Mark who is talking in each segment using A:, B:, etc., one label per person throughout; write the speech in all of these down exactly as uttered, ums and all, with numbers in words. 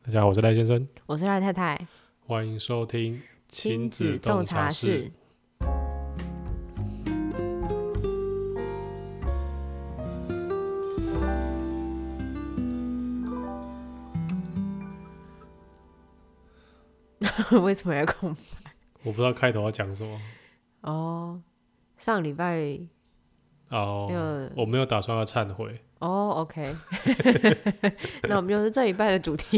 A: 大家好，我是赖先生，
B: 我是赖太太，
A: 欢迎收听
B: 亲子洞察室。为什么要空白？
A: 我不知道开头要讲什么
B: 哦，上礼拜
A: 哦，我没有打算要忏悔
B: 哦 ，OK 。那我们就是这礼拜的主题。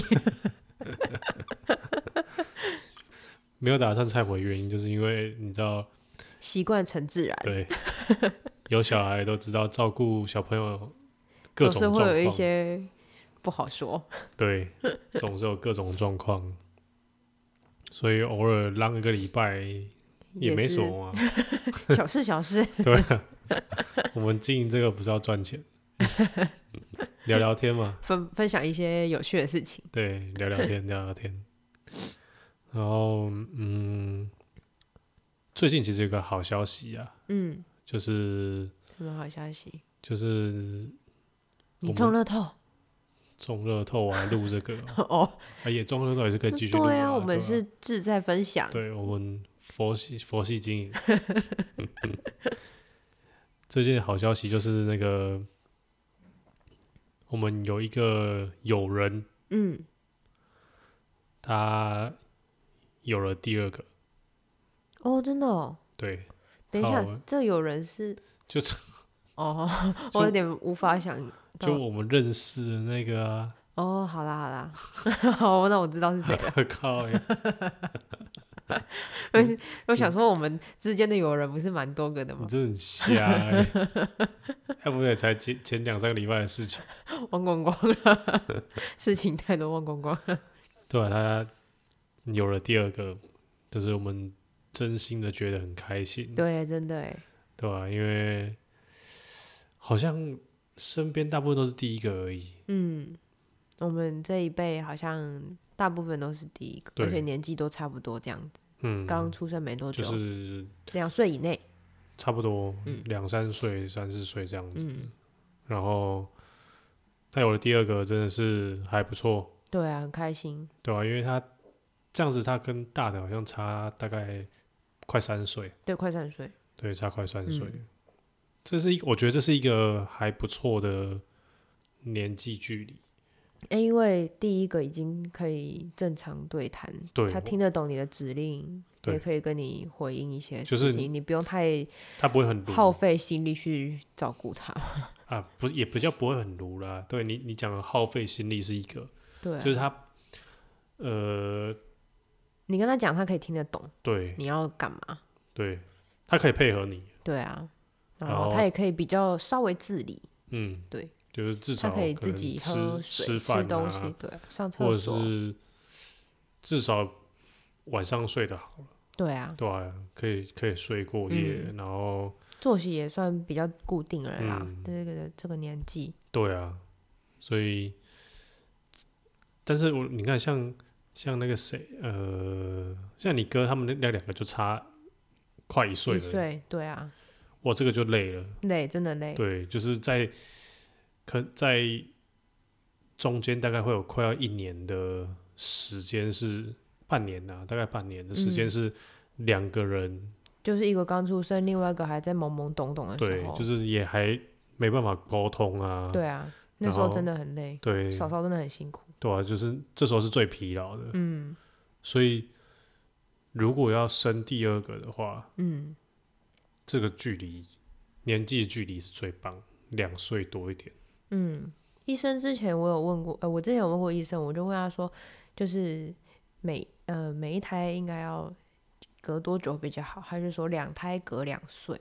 A: 没有打算忏悔，原因就是因为你知道，
B: 习惯成自然。
A: 对，有小孩都知道照顾小朋友各种状况，
B: 总是会有一些不好说。
A: 对，总是有各种状况，所以偶尔让一个礼拜也没什么啊，
B: 小事小事。
A: 对啊，我们经营这个不是要赚钱，聊聊天嘛，
B: 分分享一些有趣的事情。
A: 对，聊聊天，聊聊天。然后，嗯，最近其实有个好消息啊，
B: 嗯，
A: 就是
B: 什么好消息？
A: 就是
B: 你中乐透？
A: 中乐透我还录这个哦，
B: 哦，
A: 啊也中乐透也是可以继续录
B: 对啊，
A: 啊，
B: 我们
A: 对啊
B: 是志在分享。
A: 对我们佛系佛系经营。最近好消息就是那个，我们有一个友人，
B: 嗯，
A: 他有了第二个，
B: 哦，真的哦。
A: 对，
B: 等一下
A: 好，
B: 这有人是
A: 就是
B: 哦，我有点无法想到。
A: 就我们认识的那个啊，
B: 哦，好啦好啦，好，那我知道是谁了。
A: 靠呀，
B: 我想说我们之间的友人不是蛮多个的吗？
A: 你真的很瞎欸，要不也才前前两三个礼拜的事情，
B: 忘光光了，事情太多忘光光了。
A: 对啊，他有了第二个，就是我们真心的觉得很开心，
B: 对，真的哎。
A: 对吧、因为好像身边大部分都是第一个而已，
B: 嗯，我们这一辈好像大部分都是第一个，
A: 对
B: 而且年纪都差不多这样子，
A: 嗯，
B: 刚出生没多久，
A: 就是
B: 两岁以内。
A: 差不多
B: 嗯
A: 两三岁、三四岁这样子，
B: 嗯，
A: 然后他有了第二个，真的是还不错，
B: 对啊，很开心。
A: 对吧、因为他这样子，他跟大的好像差大概快三岁，
B: 对，快三岁。
A: 对，差快三岁、
B: 嗯
A: 这是一个，我觉得这是一个还不错的年纪距离。
B: 欸因为第一个已经可以正常对谈，
A: 对
B: 他听得懂你的指令，
A: 对
B: 也可以跟你回应一些
A: 就是
B: 事情，你不用太
A: 他不会很
B: 耗
A: 鲁
B: 费心力去照顾他。
A: 啊，不是也比较不会很鲁啦。对你，你讲的耗费心力是一个，
B: 对啊，
A: 就是他，呃，
B: 你跟他讲，他可以听得懂
A: 对
B: 你要干嘛。
A: 对，他可以配合你，
B: 对啊，然
A: 然后
B: 后他也可以比较稍微自理，
A: 嗯，
B: 对，
A: 就是至少
B: 他可以
A: 能
B: 自己
A: 吃
B: 喝水、
A: 吃饭
B: 吃东西，
A: 啊，
B: 对，上
A: 或者
B: 厕所，
A: 是至少晚上睡得好，
B: 对啊，
A: 对啊，可以可以睡过夜，
B: 嗯
A: 然后
B: 作息也算比较固定了啦，
A: 嗯
B: 这个这个年纪，
A: 对啊，所以，但是我你看像像那个谁，呃，像你哥他们那那两个就差快一岁了，
B: 一岁，对啊，
A: 哇，这个就累了，
B: 累，真的累，
A: 对，就是在可在中间大概会有快要一年的时间是半年呐、大概半年的时间
B: 嗯
A: 是两个人，
B: 就是一个刚出生，另外一个还在懵懵懂懂的时
A: 对，
B: 候，
A: 就是也还没办法沟通啊，
B: 对啊，那时候真的很累，
A: 对
B: 嫂嫂真的很辛苦，
A: 对啊，就是这时候是最疲劳的，
B: 嗯
A: 所以如果要生第二个的话，
B: 嗯，
A: 这个距离年纪的距离是最棒，两岁多一点。
B: 嗯，医生之前我有问过，呃，我之前有问过医生，我就问他说，就是每呃每一胎应该要隔多久比较好？他就说两胎隔两岁。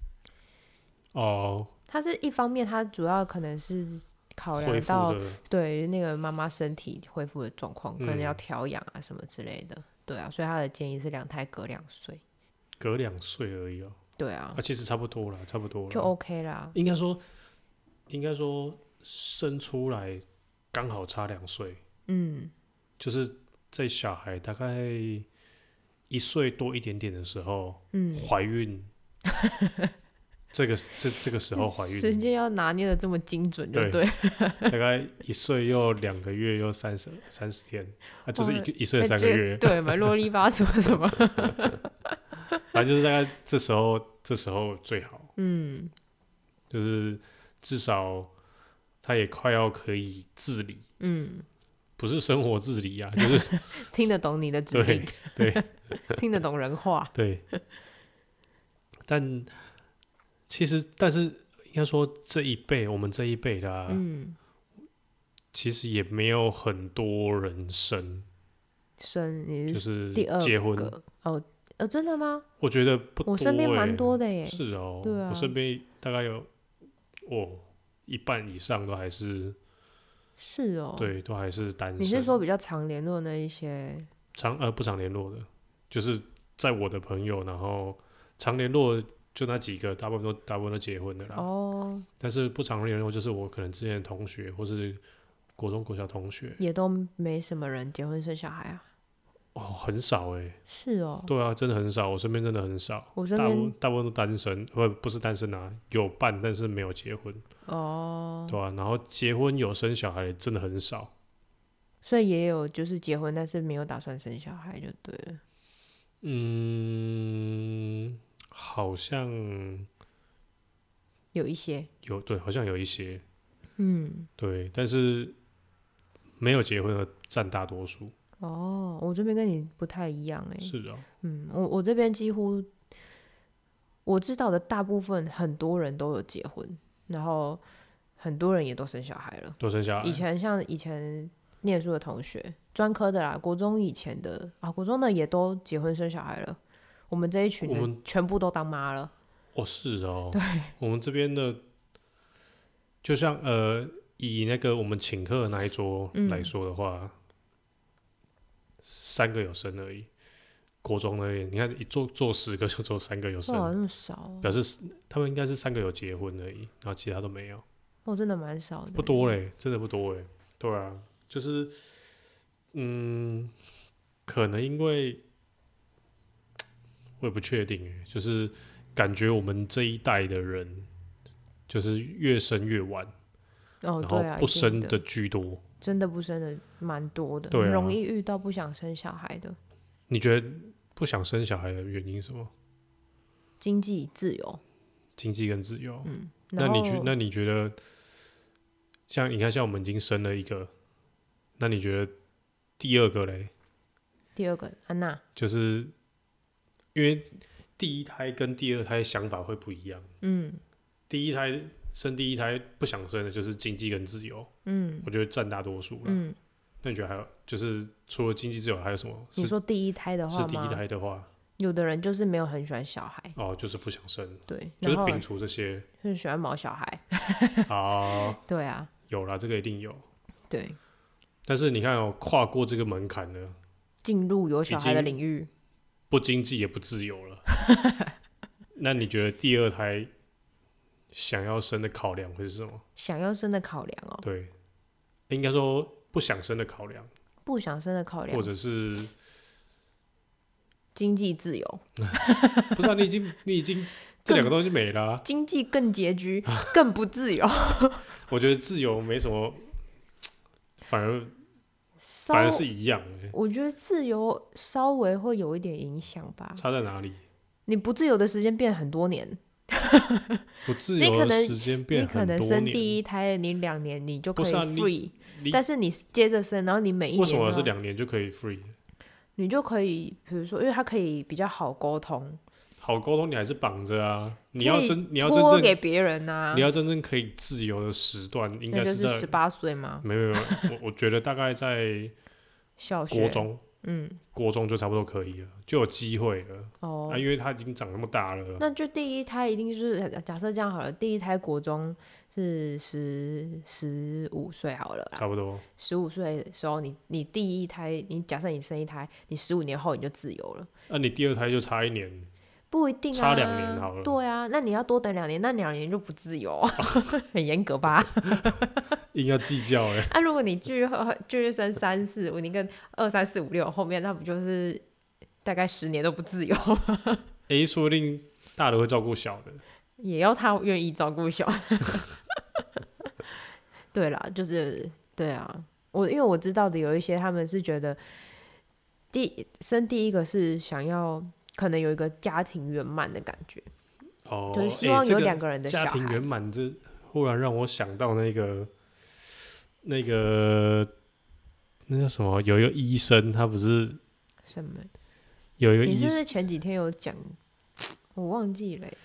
A: 哦，
B: 他是一方面，他主要可能是考
A: 恢复
B: 量到
A: 的，
B: 对那个妈妈身体恢复的状况，可能要
A: 嗯
B: 调养啊什么之类的，对啊，所以他的建议是两胎隔两岁。
A: 隔两岁而已哦，
B: 对啊
A: 啊，，其实差不多了，差不多
B: 就
A: 了。
B: OK 啦。
A: 应该说，应该说生出来刚好差两岁，
B: 嗯
A: 就是在小孩大概一岁多一点点的时候，
B: 嗯，
A: 怀孕这个这这个时候怀孕，
B: 时间要拿捏的这么精准就对了。
A: 大概一岁又两个月又三十三十天，啊，就是一个一岁三个月，
B: 对嘛，啰里吧嗦什么，
A: 反正就是大概这时候这时候最好，
B: 嗯，
A: 就是至少他也快要可以自理，
B: 嗯，
A: 不是生活自理啊，就是
B: 听得懂你的指令，
A: 对对，
B: 听得懂人话，
A: 对，但其实但是应该说这一辈我们这一辈的、啊，
B: 嗯，
A: 其实也没有很多人生，
B: 生你
A: 就是
B: 第二
A: 结婚
B: 个哦，呃，真的吗？
A: 我觉得不多、欸，
B: 我身边蛮多的耶，
A: 是哦，
B: 对啊，
A: 我身边大概有哦一半以上都还是
B: 是哦，
A: 对，都还是单身。
B: 你是说比较常联络那一些？
A: 常呃不常联络的，就是在我的朋友，然后常联络就那几个，大部分都大部分都结婚了啦。
B: 哦，
A: 但是不常联络，就是我可能之前的同学或是国中国小同学，
B: 也都没什么人结婚生小孩啊。
A: 哦，很少哎、欸。
B: 是哦，
A: 对啊，真的很少，我身边真的很少。大部
B: 我身边
A: 大部分都单身，不不是单身啊，有伴但是没有结婚。
B: 哦，
A: 对啊，然后结婚有生小孩真的很少。
B: 所以也有就是结婚但是没有打算生小孩就对了。
A: 嗯，好像
B: 有一些，
A: 有，对，好像有一些，
B: 嗯，
A: 对，但是没有结婚的占大多数。
B: 哦，我这边跟你不太一样哎。
A: 是哦，
B: 嗯，我我这边几乎我知道的大部分很多人都有结婚，然后很多人也都生小孩了。
A: 都生下来。
B: 以前像以前念书的同学，专科的啦，国中以前的啊，国中的也都结婚生小孩了。我们这一群
A: 我们
B: 人全部都当妈了。
A: 哦，是哦，对，我们这边的，就像呃，以那个我们请客的那一桌来说的话，嗯、三个有生而已。国中那边，你看一做做十个就做三个有生，
B: 哇，那么少、哦，
A: 表示他们应该是三个有结婚而已，然后其他都没有。
B: 哦，真的蛮少的，
A: 不多嘞，真的不多嘞。对啊，就是嗯，可能因为我也不确定哎，就是感觉我们这一代的人，就是越生越晚，
B: 哦，
A: 然后
B: 对啊，
A: 不生
B: 的
A: 的居多，
B: 真的不生的蛮多的，
A: 对啊，
B: 很容易遇到不想生小孩的。
A: 你觉得不想生小孩的原因是什么？
B: 经济自由，
A: 经济跟自由。
B: 嗯，
A: 那你觉那你觉得，像你看，像我们已经生了一个，那你觉得第二个嘞？
B: 第二个安娜，
A: 就是因为第一胎跟第二胎想法会不一样。
B: 嗯，
A: 第一胎生第一胎不想生的就是经济跟自由，
B: 嗯，
A: 我觉得占大多数了。
B: 嗯，
A: 那你觉得还有就是除了经济自由还有什么？
B: 你说第一胎的话吗？
A: 是第一胎的话，
B: 有的人就是没有很喜欢小孩，
A: 哦，就是不想生，
B: 对，
A: 就是
B: 然后
A: 摒除这些，
B: 就是喜欢毛小孩，
A: 啊，
B: 对啊，
A: 有啦，这个一定有。
B: 对，
A: 但是你看哦，跨过这个门槛了，
B: 进入有小孩的领域，
A: 不经济也不自由了。那你觉得第二胎想要生的考量会是什么？
B: 想要生的考量哦，
A: 对，应该说不想生的考量，
B: 不想生的考量，
A: 或者是
B: 经济自由，
A: 不是啊？你已经你已经这两个东西没了、啊，
B: 经济更拮据，更不自由。
A: 我觉得自由没什么，反而
B: 稍
A: 反而是一样的。
B: 我觉得自由稍微会有一点影响吧。
A: 差在哪里？
B: 你不自由的时间变很多年，
A: 不自由的时间变
B: 你可能
A: 很多年。
B: 生第一胎，你两年你就可以
A: 不是啊
B: free，、
A: 你
B: 但是你接着生，然后你每一年
A: 为什么是
B: 都
A: 两年就可以 free？
B: 你就可以，比如说，因为它可以比较好沟通，
A: 好沟通，你还是绑着啊。你要真你要真正
B: 托给别人呐、
A: 你要真正可以自由的时段，应该
B: 那就是
A: 在
B: 十八岁吗？
A: 没有没有，我我觉得大概在
B: 小学、
A: 国中，
B: 嗯，
A: 国中就差不多可以了，就有机会了。
B: 哦，
A: 啊，因为他已经长那么大了。
B: 那就第一胎一定就是假设这样好了，第一胎国中是十十五岁好了啦，
A: 差不多。
B: 十五岁的时候你，你第一胎，你假设你生一胎，你十五年后你就自由了。
A: 那、啊、你第二胎就差一年，
B: 不一定啊，
A: 差两年好了。
B: 对啊，那你要多等两年，那两年就不自由，很严格吧？
A: 硬要计较哎。
B: 啊，如果你继续继续生三四五，你跟二三四五六后面，那不就是大概十年都不自由？
A: 哎、说不定大的会照顾小的。
B: 也要他愿意照顾小孩。对啦，就是对啊，我因为我知道的有一些他们是觉得第生第一个是想要可能有一个家庭圆满的感觉，
A: 哦，
B: 就是希望
A: 欸、
B: 有两个人的小孩。
A: 家庭圆满，这忽然让我想到那个那个那叫什么？有一个医生，他不是
B: 什么？
A: 有一个医
B: 你是不是前几天有讲？我忘记了欸。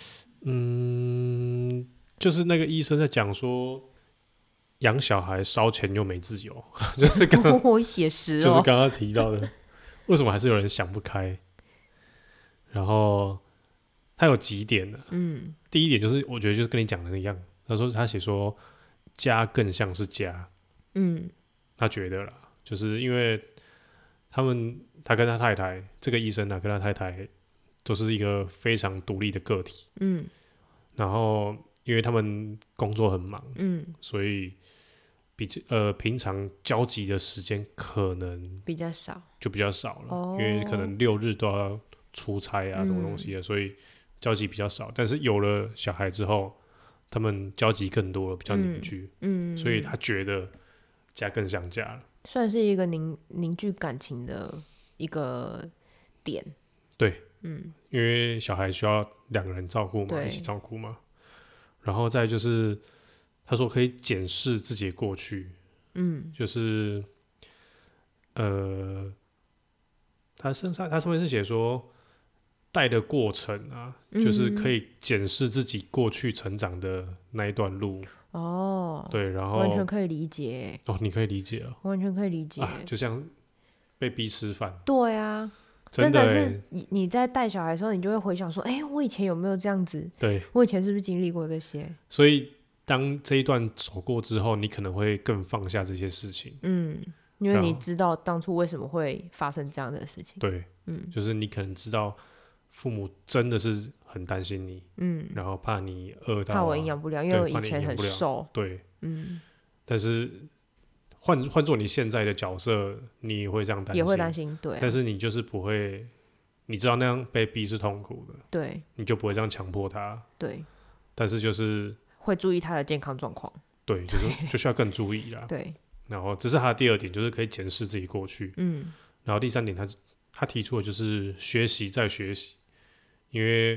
A: 嗯，就是那个医生在讲说，养小孩烧钱又没自由，就是刚刚
B: 我写实哦，
A: 就是刚刚提到的，为什么还是有人想不开？然后他有几点呢、啊？
B: 嗯，
A: 第一点就是我觉得就是跟你讲的那样，他说他写说家更像是家，
B: 嗯，
A: 他觉得啦，就是因为他们他跟他太太这个医生呢、啊，跟他太太都是一个非常独立的个体，
B: 嗯，
A: 然后因为他们工作很忙，
B: 嗯，
A: 所以比呃平常交集的时间可能
B: 比较少
A: 就比较少了，
B: 哦，
A: 因为可能六日都要出差啊，什么东西的，
B: 嗯、
A: 所以交集比较少。但是有了小孩之后，他们交集更多了，比较凝聚，
B: 嗯，嗯
A: 所以他觉得家更像家了，
B: 算是一个凝凝聚感情的一个点。
A: 对，
B: 嗯，
A: 因为小孩需要两个人照顾嘛，一起照顾嘛。然后再就是他说可以检视自己的过去，嗯，就是呃。他身上，他上面是写说，带的过程啊，嗯、就是可以检视自己过去成长的那一段路。哦，对，然后
B: 完全可以理解。
A: 哦，你可以理解了，
B: 完全可以理解。
A: 啊、就像被逼吃饭。
B: 对啊，真的是你你在带小孩的时候，你就会回想说，哎、欸，我以前有没有这样子？
A: 对，
B: 我以前是不是经历过这些？
A: 所以当这一段走过之后，你可能会更放下这些事情。嗯。
B: 因为你知道当初为什么会发生这样的事情，
A: 对，嗯，就是你可能知道父母真的是很担心你，嗯，然后怕你饿到、啊，
B: 怕我营养不良，因为我以前很瘦，
A: 对，嗯，但是换换做你现在的角色，你也会这样担心，
B: 也会担心，对、啊，
A: 但是你就是不会，你知道那样被逼是痛苦的，
B: 对，
A: 你就不会这样强迫他，
B: 对，
A: 但是就是
B: 会注意他的健康状况，
A: 对，就是就需要更注意啦，
B: 对。
A: 然后这是他的第二点，就是可以检视自己过去。嗯，然后第三点他，他他提出的就是学习再学习，因为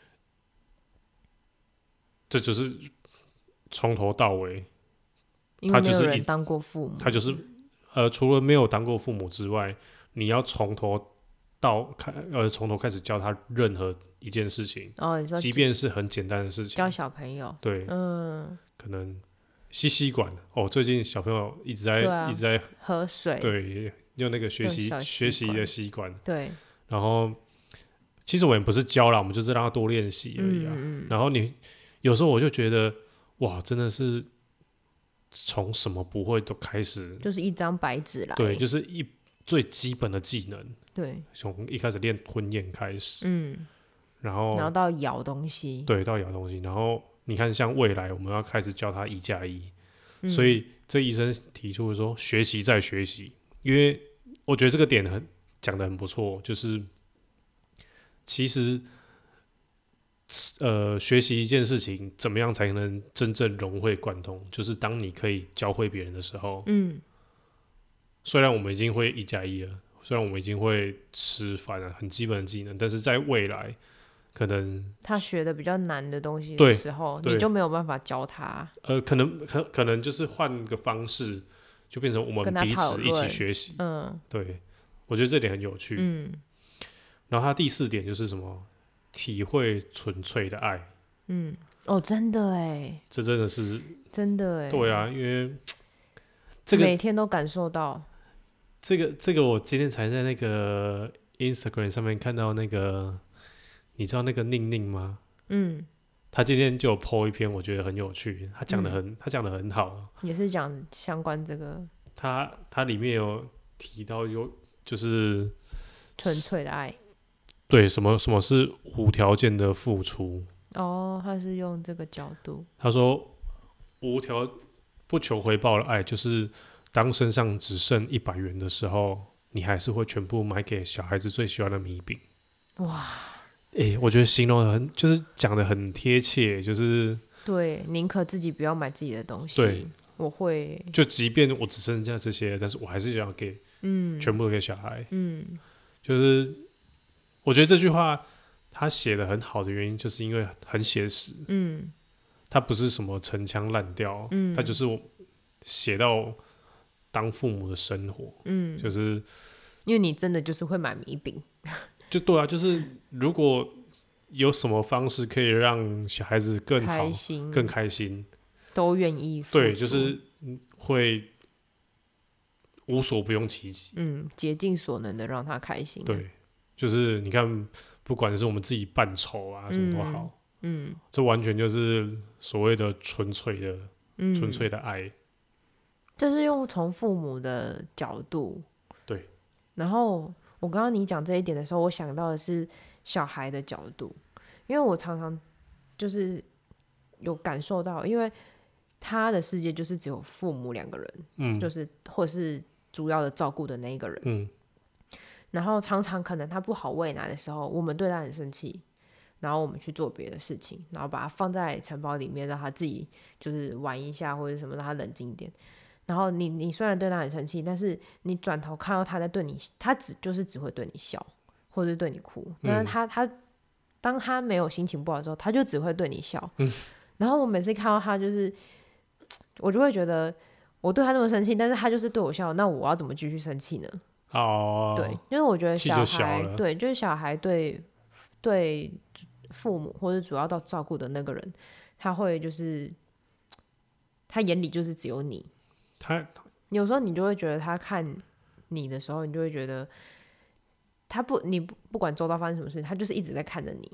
A: 这就是从头到尾，
B: 他就是一当过父母，
A: 他就是呃，除了没有当过父母之外，你要从头到开呃从头开始教他任何一件事情。哦，你说，即便是很简单的事情，
B: 教小朋友，
A: 对，嗯，可能。吸吸管哦，最近小朋友一直在、啊、一直在
B: 喝水，
A: 对，用那个学习学习的吸管，
B: 对。
A: 然后其实我也不是教啦，我们就是让他多练习而已啊。嗯嗯然后你有时候我就觉得，哇，真的是从什么不会都开始，
B: 就是一张白纸来，
A: 对，就是一最基本的技能，
B: 对，
A: 从一开始练吞咽开始，嗯，然后
B: 然后到咬东西，
A: 对，到咬东西，然后。你看，像未来我们要开始教他一加一，所以这医生提出说学习再学习，因为我觉得这个点很讲得很不错，就是其实呃学习一件事情怎么样才能真正融会贯通，就是当你可以教会别人的时候，嗯，虽然我们已经会一加一了，虽然我们已经会吃饭了，很基本的技能，但是在未来。可能
B: 他学的比较难的东西的时候，你就没有办法教他。
A: 呃，可能可可能就是换个方式，就变成我们彼此一起学习。嗯，对，我觉得这点很有趣。嗯，然后他第四点就是什么？体会纯粹的爱。
B: 嗯，哦，真的哎，
A: 这真的是
B: 真的哎。
A: 对啊，因为这个
B: 每天都感受到。
A: 这个这个，我今天才在那个 Instagram 上面看到那个。你知道那个宁宁吗？嗯，他今天就有 po 一篇，我觉得很有趣。他讲的很，嗯、他讲的很好，
B: 也是讲相关这个。
A: 他他里面有提到有就是
B: 纯粹的爱，
A: 对，什么什么是无条件的付出？
B: 哦，他是用这个角度。
A: 他说无条不求回报的爱，就是当身上只剩一百元的时候，你还是会全部买给小孩子最喜欢的米饼。哇！ 哎、欸，我觉得形容的很，就是讲的很贴切，就是
B: 对，宁可自己不要买自己的东西。
A: 对，
B: 我会
A: 就即便我只剩下这些，但是我还是想要给，嗯，全部都给小孩。嗯，就是我觉得这句话他写的很好的原因，就是因为很写实。嗯，他不是什么陈腔滥调，嗯，他就是写到当父母的生活。嗯，就是
B: 因为你真的就是会买米饼。
A: 就对啊，就是如果有什么方式可以让小孩子更好、
B: 开心
A: 更开心，
B: 都愿意付出。
A: 对，就是会无所不用其极，
B: 嗯，竭尽所能的让他开心、啊。
A: 对，就是你看，不管是我们自己扮丑啊，什么都好，嗯，嗯这完全就是所谓的纯粹的、纯、嗯、粹的爱。
B: 这是用从父母的角度，
A: 对，
B: 然后。我刚刚你讲这一点的时候，我想到的是小孩的角度，因为我常常就是有感受到，因为他的世界就是只有父母两个人，嗯，就是或是主要的照顾的那一个人，嗯，然后常常可能他不好喂奶的时候，我们对他很生气，然后我们去做别的事情，然后把他放在城堡里面，让他自己就是玩一下或者什么，让他冷静一点。然后你你虽然对他很生气，但是你转头看到他在对你，他只就是只会对你笑，或者是对你哭。但是他他当他没有心情不好的时候，他就只会对你笑。嗯、然后我每次看到他，就是我就会觉得，我对他那么生气，但是他就是对我笑，那我要怎么继续生气呢？哦，对，因为我觉得小孩对，就是小孩对对父母或者主要到照顾的那个人，他会就是他眼里就是只有你。
A: 他
B: 有时候你就会觉得他看你的时候，你就会觉得他不，你不不管周遭发生什么事，他就是一直在看着你。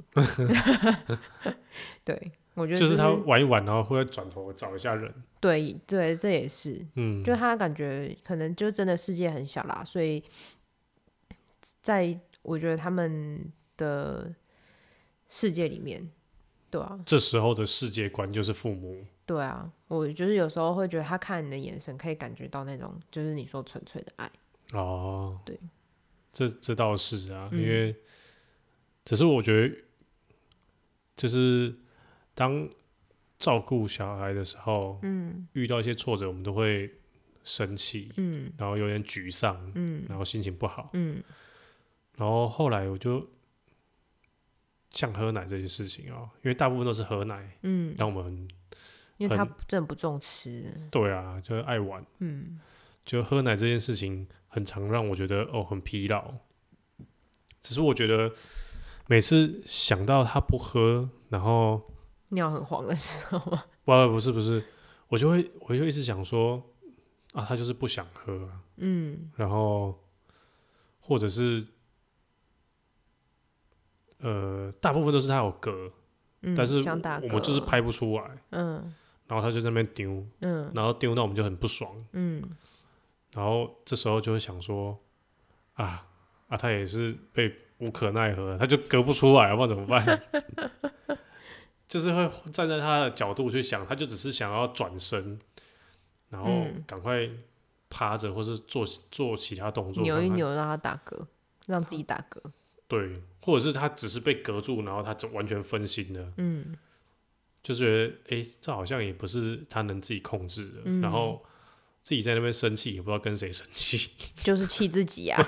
B: 对，我觉得、就是、
A: 就是他玩一玩，然后会转头找一下人。
B: 对对，这也是，嗯，就他感觉可能就真的世界很小啦，所以在我觉得他们的世界里面，对啊，
A: 这时候的世界观就是父母。
B: 对啊，我就是有时候会觉得他看你的眼神可以感觉到那种就是你说纯粹的爱。
A: 哦，
B: 对，
A: 这这倒是啊、嗯、因为只是我觉得就是当照顾小孩的时候，嗯，遇到一些挫折我们都会生气，嗯，然后有点沮丧，嗯，然后心情不好，嗯，然后后来我就像喝奶这些事情哦，因为大部分都是喝奶，嗯，让我们
B: 因为他真的不重吃，
A: 对啊，就是爱玩，嗯，就喝奶这件事情很常让我觉得哦很疲劳。只是我觉得每次想到他不喝，然后
B: 尿很黄的时候吗？
A: 不，不是不是，我就会我就一直想说啊，他就是不想喝，嗯，然后或者是呃，大部分都是他有嗝，嗯，但是我们就是拍不出来，嗯。然后他就在那边丢，嗯，然后丢到我们就很不爽，嗯，然后这时候就会想说，啊啊，他也是被无可奈何，他就隔不出来，不知道怎么办，就是会站在他的角度去想，他就只是想要转身，然后赶快趴着或是做做其他动作，
B: 扭一扭让他打嗝，让自己打嗝，
A: 对，或者是他只是被隔住，然后他完全分心了，嗯。就觉得哎、欸，这好像也不是他能自己控制的，嗯、然后自己在那边生气，也不知道跟谁生气，
B: 就是气自己啊。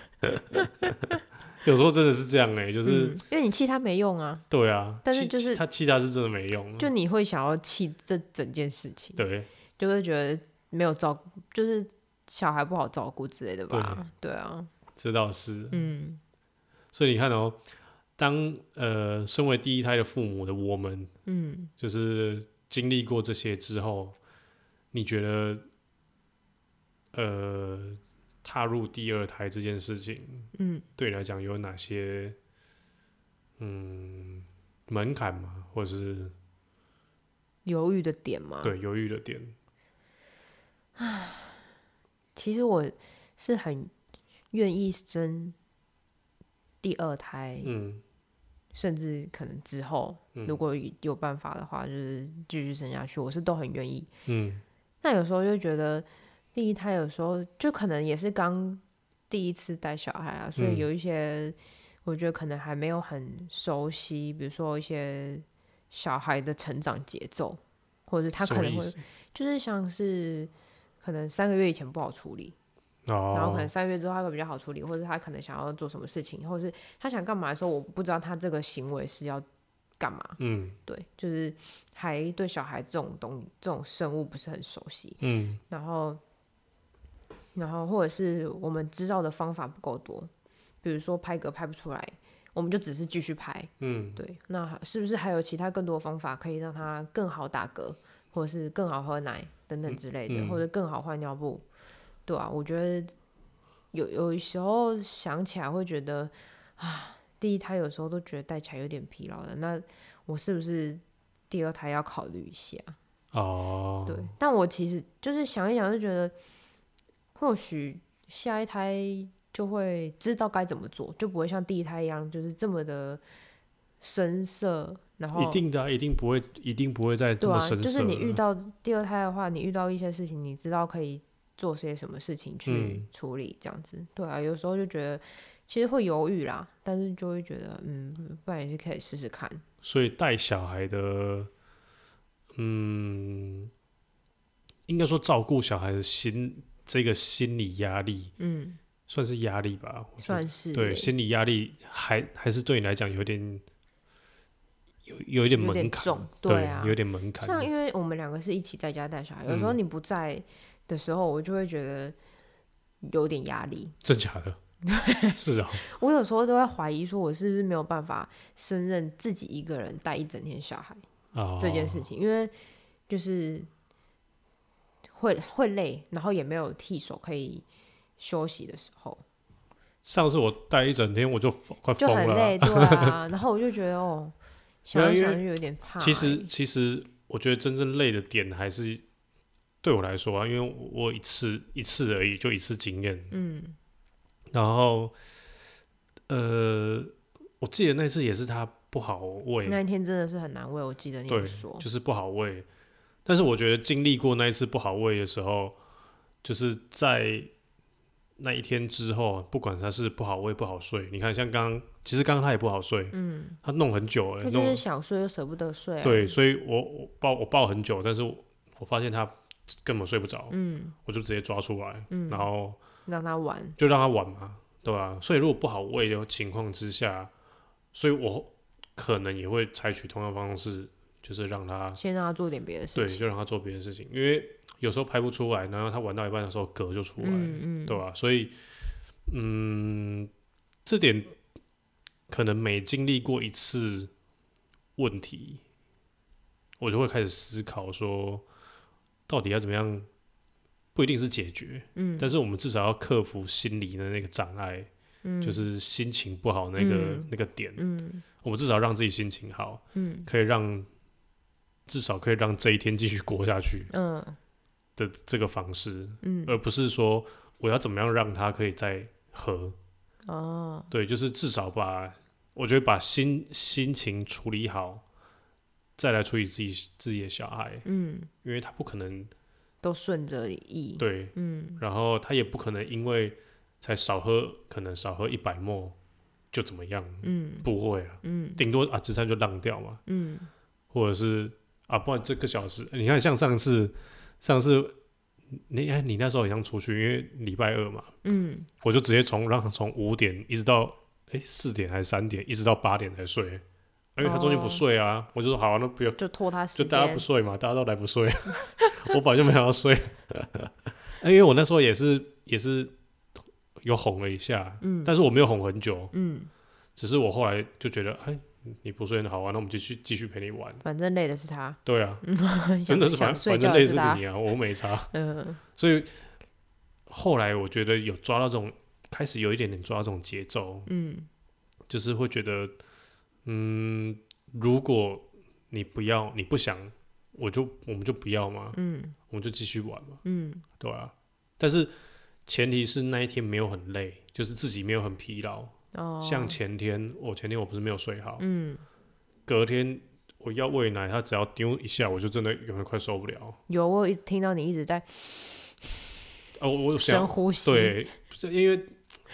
A: 有时候真的是这样哎、欸，就是、嗯、
B: 因为你气他没用啊。
A: 对啊，
B: 但是就是
A: 他气他是真的没用，
B: 就你会想要气这整件事情，
A: 对，
B: 就会觉得没有照顾，就是小孩不好照顾之类的吧？对, 对啊，
A: 这倒是，嗯，所以你看哦。当呃，身为第一胎的父母的我们，嗯，就是经历过这些之后，你觉得，呃，踏入第二胎这件事情，嗯，对你来讲有哪些，嗯，门槛吗？或者是
B: 犹豫的点吗？
A: 对，犹豫的点。
B: 其实我是很愿意生第二胎，嗯，甚至可能之后、嗯、如果有办法的话，就是继续生下去，我是都很愿意。嗯，那有时候就觉得第一胎有时候就可能也是刚第一次带小孩啊，所以有一些我觉得可能还没有很熟悉，比如说一些小孩的成长节奏，或者他可能会就是像是可能三个月以前不好处理，哦、然后可能三个月之后他会比较好处理，或者他可能想要做什么事情，或者是他想干嘛的时候，我不知道他这个行为是要干嘛。嗯，对，就是还对小孩这种东这种生物不是很熟悉。嗯，然后然后或者是我们知道的方法不够多。比如说拍嗝拍不出来，我们就只是继续拍。嗯，对。那是不是还有其他更多的方法可以让他更好打嗝，或者是更好喝奶等等之类的，嗯、或者更好换尿布？对啊，我觉得有有时候想起来会觉得啊，第一胎有时候都觉得带起来有点疲劳的，那我是不是第二胎要考虑一下？哦，对。但我其实就是想一想，就觉得或许下一胎就会知道该怎么做，就不会像第一胎一样，就是这么的深色。然后
A: 一定的、啊，一定不会，一定不会再这么深色。
B: 对啊，就是你遇到第二胎的话，你遇到一些事情，你知道可以做些什么事情去处理，这样子。嗯、对啊，有时候就觉得其实会犹豫啦，但是就会觉得，嗯，不然也是可以试试看。
A: 所以带小孩的，嗯，应该说照顾小孩的心，这个心理压力，嗯。算是压力吧，
B: 算是
A: 对心理压力还还是对你来讲有点有有一点门槛，
B: 重，对啊，
A: 对，有点门槛。
B: 像因为我们两个是一起在家带小孩，有时候你不在的时候，我就会觉得有点压力。
A: 真假的？是啊，
B: 我有时候都会怀疑说，我是不是没有办法胜任自己一个人带一整天小孩、哦、这件事情，因为就是会会累，然后也没有替手可以休息的时候。
A: 上次我带一整天我就快疯了，
B: 就很累，对啊。然后我就觉得哦，想一想就有点怕、欸。
A: 其实其实我觉得真正累的点还是对我来说啊，因为我一次一次而已，就一次经验。嗯。然后呃，我记得那次也是他不好喂，
B: 那一天真的是很难喂，我记得你有说，
A: 对，就是不好喂。但是我觉得经历过那一次不好喂的时候，就是在那一天之后，不管他是不好喂不好睡，你看像刚刚，其实刚刚他也不好睡，嗯，他弄很久了，
B: 他就是想睡又舍不得睡、啊，
A: 对，所以我我抱我抱很久，但是 我, 我发现他根本睡不着，嗯，我就直接抓出来，嗯，然后
B: 让他玩，
A: 就让他玩嘛，对吧、啊？所以如果不好喂的情况之下，所以我可能也会采取同样方式，就是让他
B: 先让他做点别的事情，
A: 对，就让他做别的事情，因为有时候拍不出来，然后他玩到一半的时候嗝就出来，嗯嗯，对吧、啊？所以，嗯，这点可能每经历过一次问题，我就会开始思考说，到底要怎么样？不一定是解决，嗯，但是我们至少要克服心理的那个障碍，嗯，就是心情不好那个、嗯、那个点，嗯，我们至少让自己心情好，嗯，可以让至少可以让这一天继续过下去，嗯。的这个方式，嗯，而不是说我要怎么样让他可以再喝，哦，对，就是至少把我觉得把心心情处理好，再来处理自己自己的小孩，嗯，因为他不可能
B: 都顺着意，
A: 对，嗯，然后他也不可能因为才少喝，可能少喝一百沫就怎么样，嗯，不会啊，嗯，顶多啊这餐就浪掉嘛，嗯，或者是啊不然这个小时，你看像上次。上次你哎，你那时候好像出去，因为礼拜二嘛，嗯，我就直接从让他从五点一直到哎四点还是三点，一直到八点才睡，因为他中间不睡啊，哦、我就说好、啊，那不要
B: 就拖他时间，
A: 就大家不睡嘛，大家都来不睡，我本来就没有要睡，因为我那时候也是也是有哄了一下，嗯，但是我没有哄很久，嗯，只是我后来就觉得哎。你不睡很好啊，那我们继续继续陪你玩。
B: 反正累的是他。
A: 对啊，真的是反反正累的是你啊，我没差。嗯，所以后来我觉得有抓到这种，开始有一点点抓到这种节奏。嗯，就是会觉得，嗯，如果你不要，你不想，我就我们就不要嘛。嗯，我们就继续玩嘛。嗯，对啊。但是前提是那一天没有很累，就是自己没有很疲劳。Oh. 像前天，我前天我不是没有睡好，嗯，隔天我要喂奶，他只要丢一下，我就真的有点快受不了。
B: 有，我听到你一直在，
A: 哦，我
B: 深呼吸，
A: 对，因为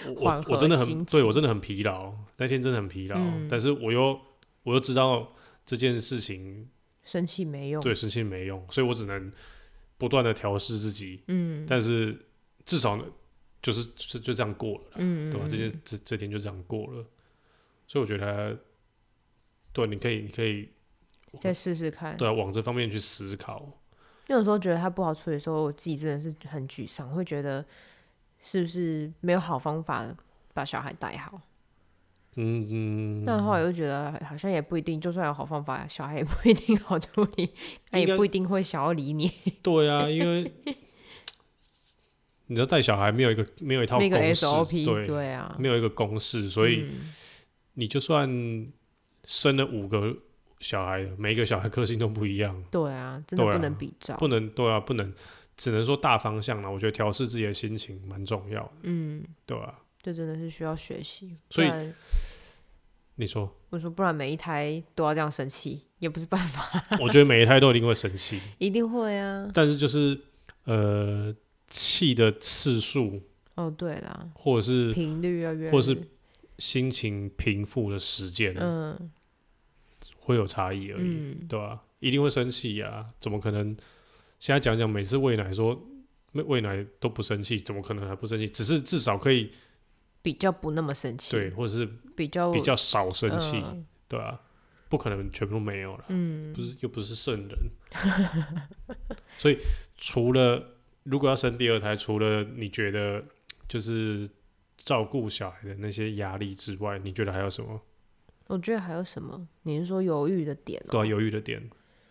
A: 我我真的很对我真的很疲劳，那天真的很疲劳、嗯，但是我又我又知道这件事情
B: 生气没用，
A: 对，生气没用，所以我只能不断的调试自己，嗯，但是至少呢，就是就就这样过了啦，嗯，对吧？这些这这天就这样过了，所以我觉得，对，你可以你可以
B: 再试试看，
A: 对啊，往这方面去思考。
B: 有时候觉得他不好处理的时候，我自己真的是很沮丧，会觉得是不是没有好方法把小孩带好？嗯嗯。但后来又觉得好像也不一定，就算有好方法，小孩也不一定好处理，他也不一定会想要理你。
A: 对啊，因为你知道带小孩没有一个没有一套公式，
B: 那个 S O P，
A: 对
B: 对啊，
A: 没有一个公式，所以你就算生了五个小孩，每一个小孩个性都不一样。
B: 对啊，真的不能比照，
A: 啊、不能对啊，不能，只能说大方向啦。我觉得调试自己的心情蛮重要的。嗯，对啊，
B: 这真的是需要学习。
A: 所以你说，
B: 我说不然每一胎都要这样生气，也不是办法。
A: 我觉得每一胎都一定会生气，
B: 一定会啊。
A: 但是就是呃，气的次数，
B: 哦，对啦，
A: 或者是
B: 频率要越来越，
A: 或者是心情平复的时间，嗯，会有差异而已，嗯、对吧、啊？一定会生气呀，怎么可能？现在讲讲，每次喂奶说喂奶都不生气，怎么可能还不生气？只是至少可以
B: 比较不那么生气，
A: 对，或者是
B: 比较
A: 比较少生气，呃、对啊，不可能全部都没有了，嗯，不是又不是圣人，所以除了如果要生第二胎，除了你觉得就是照顾小孩的那些压力之外，你觉得还有什么？
B: 我觉得还有什么？你是说犹豫的点、喔？
A: 对啊，犹豫的点。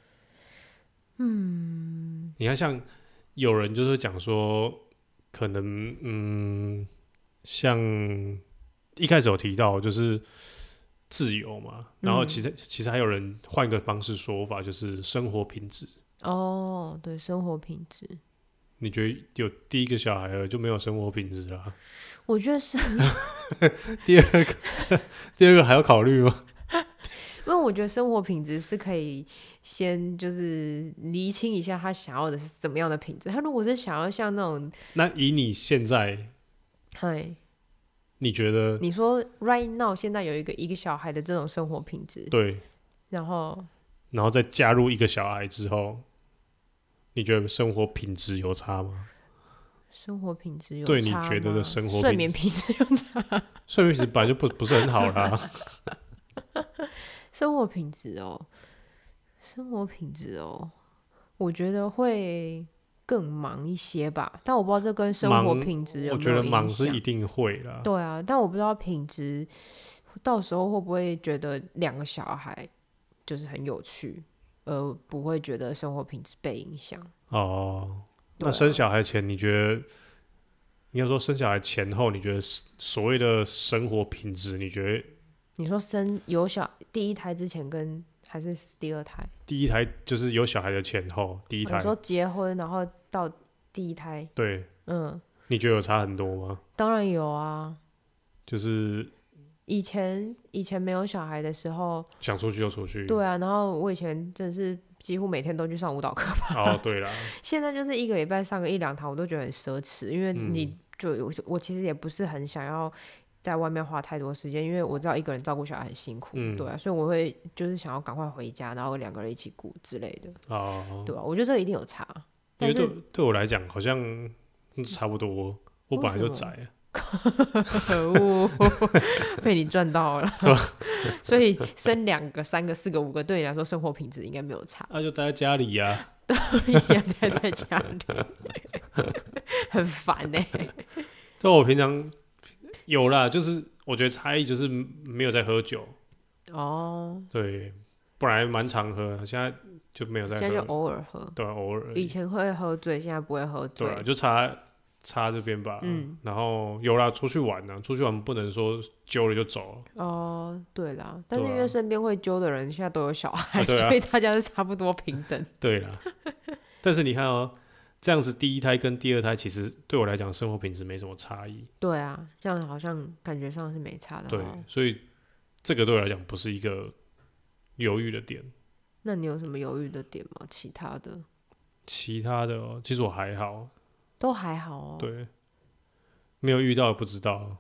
A: 嗯，你看，像有人就是讲说，可能嗯，像一开始有提到就是自由嘛，然后其实、嗯、其实还有人换一个方式说法，就是生活品质。
B: 哦，对，生活品质。
A: 你觉得有第一个小孩了就没有生活品质了？
B: 我觉得是。
A: 第二个，第二个还要考虑吗？
B: 因为我觉得生活品质是可以先就是厘清一下他想要的是怎么样的品质。他如果是想要像那种，
A: 那以你现在，嗨，你觉得？
B: 你说 right now 现在有一个一个小孩的这种生活品质，
A: 对，
B: 然后，
A: 然后再加入一个小孩之后，你觉得生活品质有差吗？
B: 生活品质有差吗？
A: 对，你觉得的生活品质
B: 睡眠品质有差？
A: 睡眠品质本来就不不是很好啦。
B: 生活品质哦，生活品质哦，我觉得会更忙一些吧，但我不知道这跟生活品质有没有影响。我觉得
A: 忙是一定会啦。
B: 对啊，但我不知道品质到时候会不会觉得两个小孩就是很有趣，而不会觉得生活品质被影响。
A: 哦，那生小孩前你觉得，应该说生小孩前后，你觉得所谓的生活品质，你觉得？
B: 你说生有小第一胎之前跟还是第二胎？
A: 第一胎就是有小孩的前后，第一胎。
B: 你说结婚然后到第一胎？
A: 对，嗯，你觉得有差很多吗？
B: 当然有啊，
A: 就是
B: 以前以前没有小孩的时候，
A: 想出去就出去。
B: 对啊，然后我以前真的是几乎每天都去上舞蹈课吧。
A: 哦，对啦。
B: 现在就是一个礼拜上个一两堂，我都觉得很奢侈，因为你就、嗯、我其实也不是很想要在外面花太多时间，因为我知道一个人照顾小孩很辛苦，嗯、对啊，所以我会就是想要赶快回家，然后两个人一起顾之类的。哦，对啊，我觉得这个一定有差。
A: 因为 对, 对我来讲好像差不多，我本来就宅啊。
B: 可恶，被你赚到了。所以生两个、三个、四个、五个，对你来说生活品质应该没有差。
A: 那、啊、就待在家里呀、啊。
B: 对呀，待在家里，很烦哎、欸。
A: 就我平常有啦，就是我觉得差异就是没有在喝酒。哦。对，不然蛮常喝，现在就没有在喝。
B: 现在就偶尔喝。
A: 对、啊，偶尔。
B: 以前会喝醉，现在不会喝醉。
A: 对、啊，就差。差这边吧，嗯，然后有啦，出去玩呢、啊，出去玩不能说揪了就走了。
B: 哦，对啦，但是因为身边会揪的人现在都有小孩，
A: 啊啊、
B: 所以大家是差不多平等。
A: 对啦，但是你看哦，这样子第一胎跟第二胎其实对我来讲生活品质没什么差异。
B: 对啊，这样好像感觉上是没差的、哦。
A: 对，所以这个对我来讲不是一个犹豫的点。
B: 那你有什么犹豫的点吗？其他的？
A: 其他的哦，其实我还好。
B: 都还好哦，
A: 对，没有遇到不知道。
B: 哦，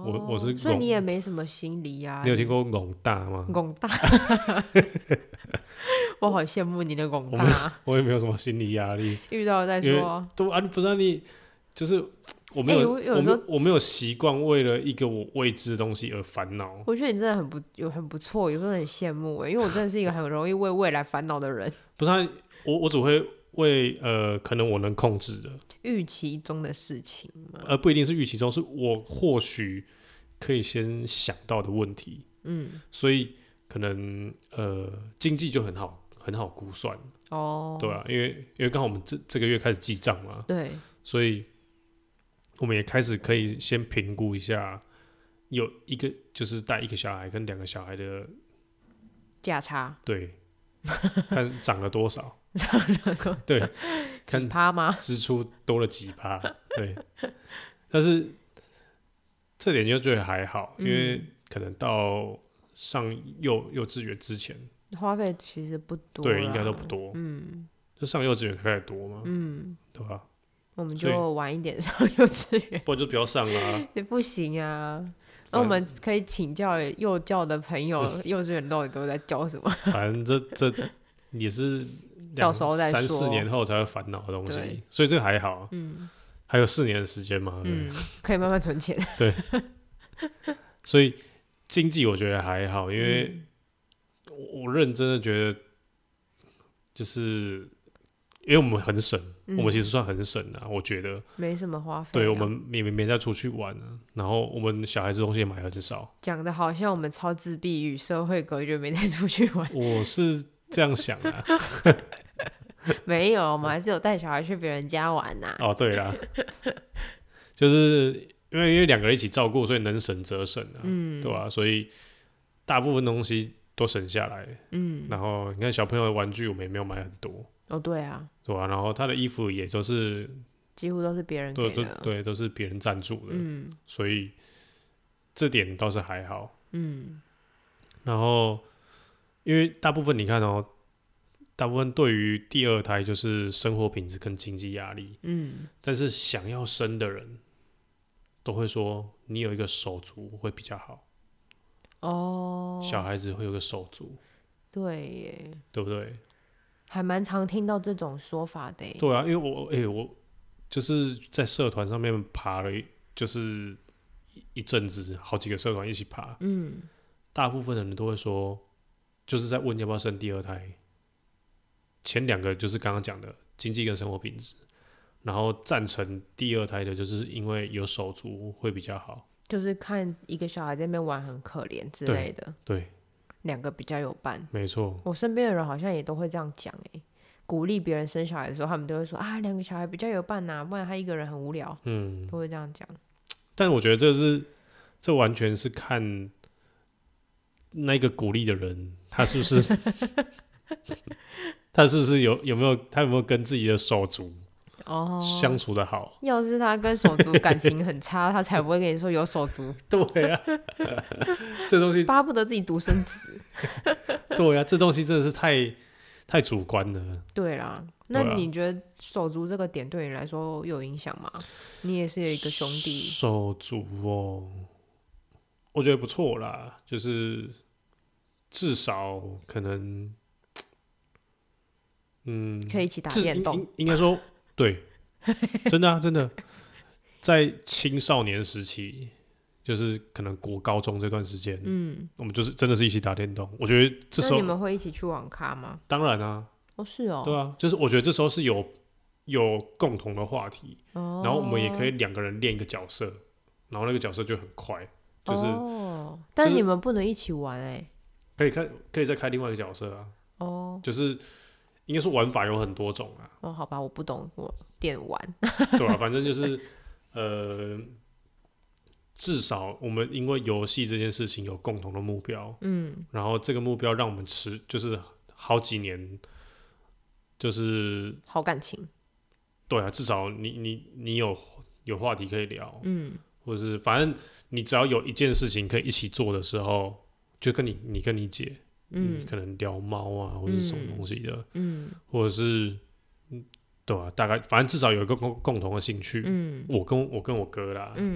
A: 我我是，
B: 所以你也没什么心理压力。
A: 你有听过拱大吗？
B: 拱大，我好羡慕你的拱大。
A: 我也没有什么心理压力，
B: 遇到再说。
A: 都啊，不是你，就是我没有，欸、我有时候我没有习惯为了一个我未知的东西而烦恼。
B: 我觉得你真的很不有很不错，有时候很羡慕哎，因为我真的是一个很容易为未来烦恼的人。
A: 不是、啊，我我只会为呃可能我能控制的
B: 预期中的事情嘛，
A: 而不一定是预期中，是我或许可以先想到的问题。嗯，所以可能呃经济就很好很好估算哦，对啊，因为因为刚好我们这这个月开始记账嘛，
B: 对，
A: 所以我们也开始可以先评估一下，有一个就是带一个小孩跟两个小孩的
B: 价差，
A: 对，看涨了多少。
B: 涨了多
A: 对，
B: 几趴吗？
A: 支出多了几趴，对。但是这点就觉得还好，因为可能到上幼幼稚园之前，
B: 花费其实不多，
A: 对，应该都不多。嗯，就上幼稚园开始多嘛，嗯，对吧？
B: 我们就晚一点上幼稚园，
A: 不然就不要上啊。
B: 也不行啊。那我们可以请教幼教的朋友，幼稚园到底都在教什么？
A: 反正这这也是。
B: 到时候再说，
A: 三四年后才会烦恼的东西，所以这个还好，嗯，还有四年的时间嘛，嗯，
B: 可以慢慢存钱，
A: 对，所以经济我觉得还好，因为我认真的觉得，就是因为我们很省，嗯、我们其实算很省啊，我觉得
B: 没什么花费、啊，
A: 对，我们也没再出去玩啊，然后我们小孩子东西也买很少，
B: 讲的好像我们超自闭与社会隔绝，没再出去玩，
A: 我是这样想啊。
B: 没有，我们还是有带小孩去别人家玩呐、
A: 啊。哦，对啦，就是因为因为两个人一起照顾，所以能省则省啊，嗯，对吧、啊？所以大部分东西都省下来，嗯。然后你看小朋友的玩具，我们也没有买很多。
B: 哦，对啊，
A: 对吧、啊？然后他的衣服也都是
B: 几乎都是别人给的，
A: 对对，都是别人赞助的，嗯。所以这点倒是还好，嗯。然后因为大部分你看哦。大部分对于第二胎就是生活品质跟经济压力，嗯，但是想要生的人都会说你有一个手足会比较好，哦，小孩子会有个手足，
B: 对耶，
A: 对不对？
B: 还蛮常听到这种说法的耶，
A: 对啊，因为我哎、欸、我就是在社团上面爬了，就是一阵子，好几个社团一起爬，嗯，大部分的人都会说，就是在问要不要生第二胎。前两个就是刚刚讲的经济跟生活品质，然后赞成第二胎的，就是因为有手足会比较好，
B: 就是看一个小孩在那边玩很可怜之类的，
A: 对，
B: 两个比较有伴，
A: 没错。
B: 我身边的人好像也都会这样讲，哎，鼓励别人生小孩的时候，他们都会说啊，两个小孩比较有伴呐、啊，不然他一个人很无聊，嗯，都会这样讲。
A: 但我觉得这是这完全是看那个鼓励的人，他是不是？他是不是有有没有他有没有跟自己的手足哦相处的好？
B: 要是他跟手足感情很差，他才不会跟你说有手足。
A: 对啊，这东西
B: 巴不得自己独生子。
A: 对啊，这东西真的是太太主观了。
B: 对啦，那你觉得手足这个点对你来说有影响吗？你也是有一个兄弟。
A: 手足哦，我觉得不错啦，就是至少可能。嗯，
B: 可以一起打电动。
A: 应该说，对，真的啊，真的，在青少年时期，就是可能国高中这段时间，嗯，我们就是真的是一起打电动。我觉得这时候
B: 那你们会一起去网咖吗？
A: 当然啊，
B: 哦是哦，
A: 对啊，就是我觉得这时候是有有共同的话题，哦，然后我们也可以两个人练一个角色，然后那个角色就很快，就是，
B: 哦，但是你们不能一起玩哎，欸，
A: 可以开，可以再开另外一个角色啊，哦，就是。应该说玩法有很多种啊。
B: 哦，好吧，我不懂，我电玩。
A: 对啊，反正就是呃，至少我们因为游戏这件事情有共同的目标，嗯，然后这个目标让我们持就是好几年，就是
B: 好感情。
A: 对啊，至少你你你有有话题可以聊，嗯，或者是反正你只要有一件事情可以一起做的时候，就跟你你跟你姐。嗯，可能聊猫啊，或者是什么东西的，嗯，或者是，对啊，大概反正至少有一个共共同的兴趣，嗯，我跟我跟我哥啦，嗯，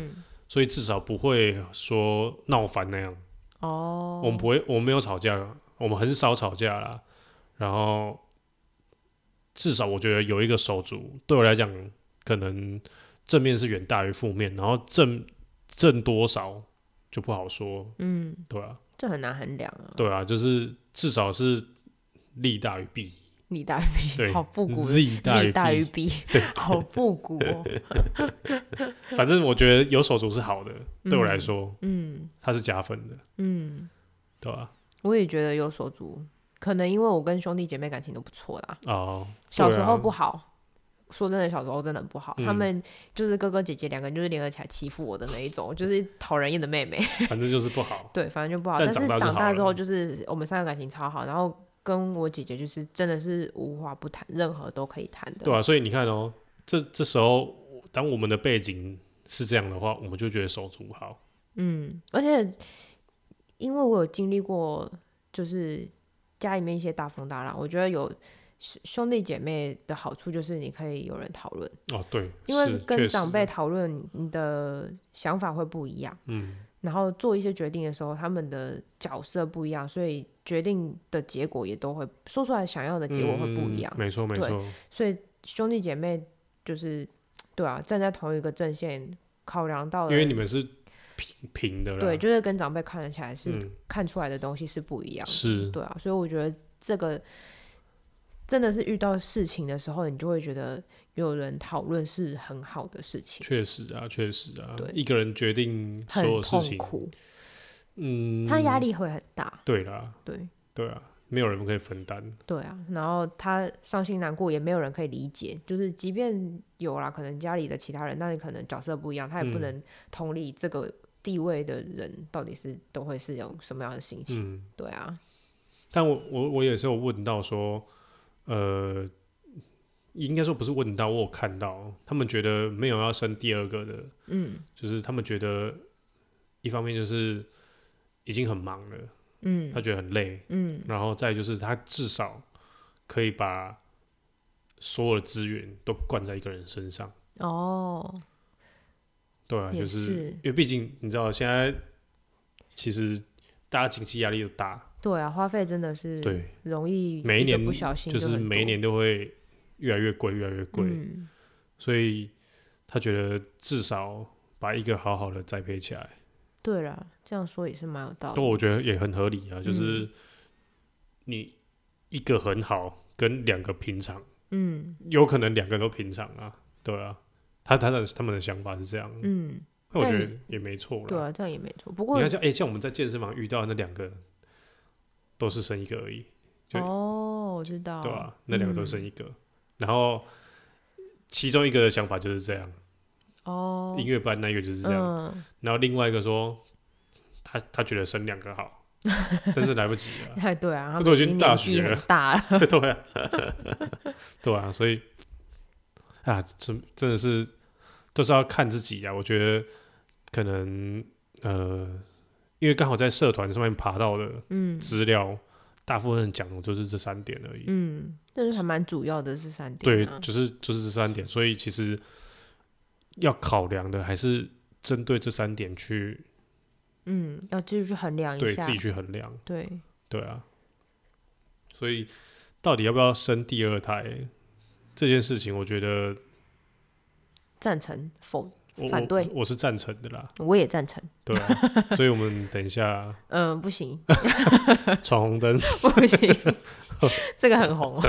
A: 所以至少不会说闹翻那样。
B: 哦，
A: 我们不会，我们没有吵架，我们很少吵架啦。然后至少我觉得有一个手足，对我来讲，可能正面是远大于负面，然后正正多少就不好说。嗯，对啊，
B: 这很难衡量啊。
A: 对啊，就是至少是利大于弊。
B: 利大于弊，好复古。
A: Z
B: 大于 B， 对，好复古哦。
A: 反正我觉得有手足是好的，嗯、对我来说，嗯，它是加分的，嗯，对吧、啊？
B: 我也觉得有手足，可能因为我跟兄弟姐妹感情都不错啦。哦，小时候不好，啊、说真的，小时候真的不好、嗯。他们就是哥哥姐姐两个人就是联合起来欺负我的那一种，就是讨人厌的妹妹。
A: 反正就是不好。
B: 对，反正就不好。但是长大之后，就是我们三个感情超好，然后。跟我姐姐就是真的是无话不谈，任何都可以谈的。
A: 对啊，所以你看哦，这这时候当我们的背景是这样的话，我们就觉得手足好。
B: 嗯，而且因为我有经历过，就是家里面一些大风大浪，我觉得有兄弟姐妹的好处就是你可以有人讨论。
A: 哦，对，
B: 因为跟长辈讨论，你的想法会不一样。嗯。然后做一些决定的时候，他们的角色不一样，所以决定的结果也都会说出来，想要的结果会不一样。
A: 嗯、没错没错。
B: 所以兄弟姐妹就是对啊，站在同一个阵线，考量到了，
A: 因为你们是平平的啦。
B: 对，就是跟长辈看得起来是、嗯、看出来的东西是不一样的。
A: 是，
B: 对啊，所以我觉得这个真的是遇到事情的时候，你就会觉得有人讨论是很好的事情。
A: 确实啊，确实啊，一个人决定所有事情，
B: 很痛苦，
A: 嗯，
B: 他压力会很大。
A: 对啦，
B: 对
A: 对啊，没有人可以分担。
B: 对啊，然后他伤心难过，也没有人可以理解。就是即便有啦，可能家里的其他人，那你可能角色不一样，他也不能同理这个地位的人到底是都会是有什么样的心情。嗯、对啊。
A: 但我我我也是有问到说，呃。应该说不是问到，我有看到他们觉得没有要生第二个的，嗯，就是他们觉得一方面就是已经很忙了，嗯，他觉得很累，嗯，然后再就是他至少可以把所有的资源都灌在一个人身上。哦，对啊，就是因为毕竟你知道现在其实大家经济压力又大，
B: 对啊，花费真的是对容易
A: 每一年
B: 不小心
A: 就是每一年都会。越来越贵，越来越贵、嗯，所以他觉得至少把一个好好的栽培起来。
B: 对啦，这样说也是蛮有道理。
A: 但我觉得也很合理啊，就是你一个很好，跟两个平常，嗯，有可能两个都平常啊，对啊，他他的他们的想法是这样，嗯，那我觉得也没错啦。
B: 对啊，这样也没错。不过
A: 你看像哎、欸，像我们在健身房遇到的那两个，都是生一个而已。
B: 哦，我知道，
A: 对啊，那两个都生一个。嗯，然后其中一个的想法就是这样，哦，音乐班那个就是这样，嗯、然后另外一个说他他觉得生两个好，但是来不及了，
B: 哎对啊，他
A: 都已经大学了，
B: 大了，
A: 对啊，对啊，所以啊，真真的是都是要看自己啊，我觉得可能呃，因为刚好在社团上面爬到的资料。嗯，大部分人讲的就是这三点而已。
B: 嗯，但是还蛮主要的是三点、
A: 啊。对，就是就是这三点，所以其实要考量的还是针对这三点去，
B: 嗯，要自己去衡量一下，
A: 对自己去衡量。
B: 对，
A: 对啊。所以到底要不要生第二胎这件事情，我觉得
B: 赞成否？反对
A: 我, 我, 我是赞成的啦，
B: 我也赞成。
A: 对啊，所以我们等一下，
B: 嗯、呃，不行，
A: 闯红灯
B: 不行，这个很红，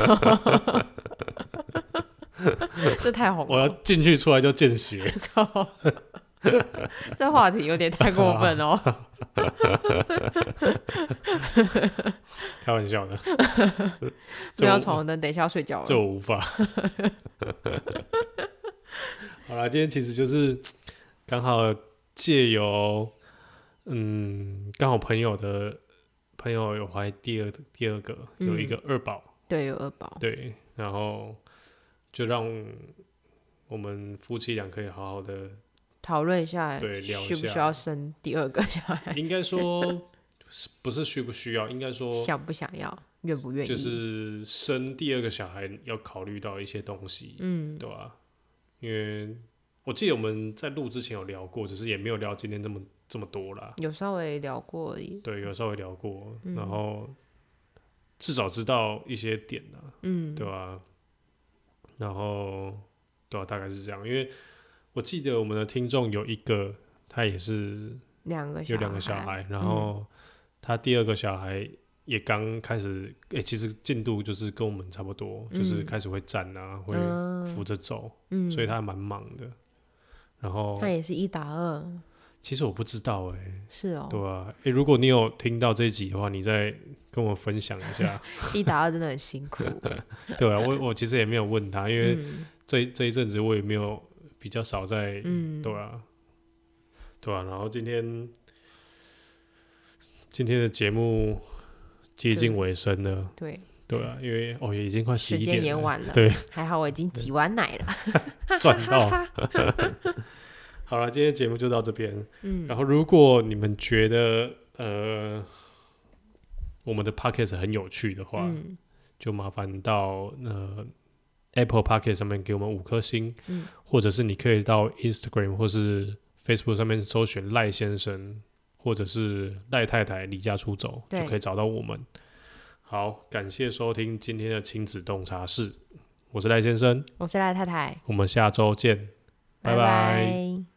B: 这太红了，
A: 我要进去出来就见血。
B: 这话题有点太过分哦。
A: 开玩笑的，
B: 不要闯红灯，等一下要睡觉了，
A: 这我无法。好啦，今天其实就是刚好借由，嗯，刚好朋友的朋友有怀第二第二个，嗯、有一个二宝，
B: 对，有二宝，
A: 对，然后就让我们夫妻俩可以好好的
B: 讨论一下，
A: 对，聊一
B: 下需不需要生第二个小孩？
A: 应该说不是需不需要，应该说
B: 想不想要，愿不愿意，
A: 就是生第二个小孩要考虑到一些东西，嗯，对吧、啊？因为我记得我们在录之前有聊过，只是也没有聊今天这么这么多啦。
B: 有稍微聊过而已。
A: 对，有稍微聊过，嗯、然后至少知道一些点啊，嗯，对吧、啊？然后对啊，大概是这样。因为我记得我们的听众有一个，他也是
B: 两个
A: 有两个小孩，然后他第二个小孩也刚开始，哎、欸，其实进度就是跟我们差不多，嗯、就是开始会站啊，会扶着走，嗯，所以他还蛮忙的。然后
B: 他也是一打二，
A: 其实我不知道哎、欸，
B: 是哦，
A: 对啊，哎、欸，如果你有听到这一集的话，你再跟我分享一下。
B: 一打二真的很辛苦，
A: 对啊，我我其实也没有问他，因为这、嗯、这一阵子我也没有比较少在，嗯，对啊，对啊，然后今天今天的节目接近尾声了，
B: 对。
A: 对啊，因为哦也已经快十一点了，
B: 时间也晚了，
A: 对，
B: 还好我已经挤完奶了，
A: 赚到。好了，今天节目就到这边。嗯，然后如果你们觉得呃我们的 podcast 很有趣的话，嗯、就麻烦到呃 Apple Podcast 上面给我们五颗星，嗯、或者是你可以到 Instagram 或是 Facebook 上面搜寻赖先生，或者是赖太太离家出走，就可以找到我们。好，感谢收听今天的亲子洞察室，我是赖先生，
B: 我是赖太太，
A: 我们下周见，拜拜。
B: 拜拜。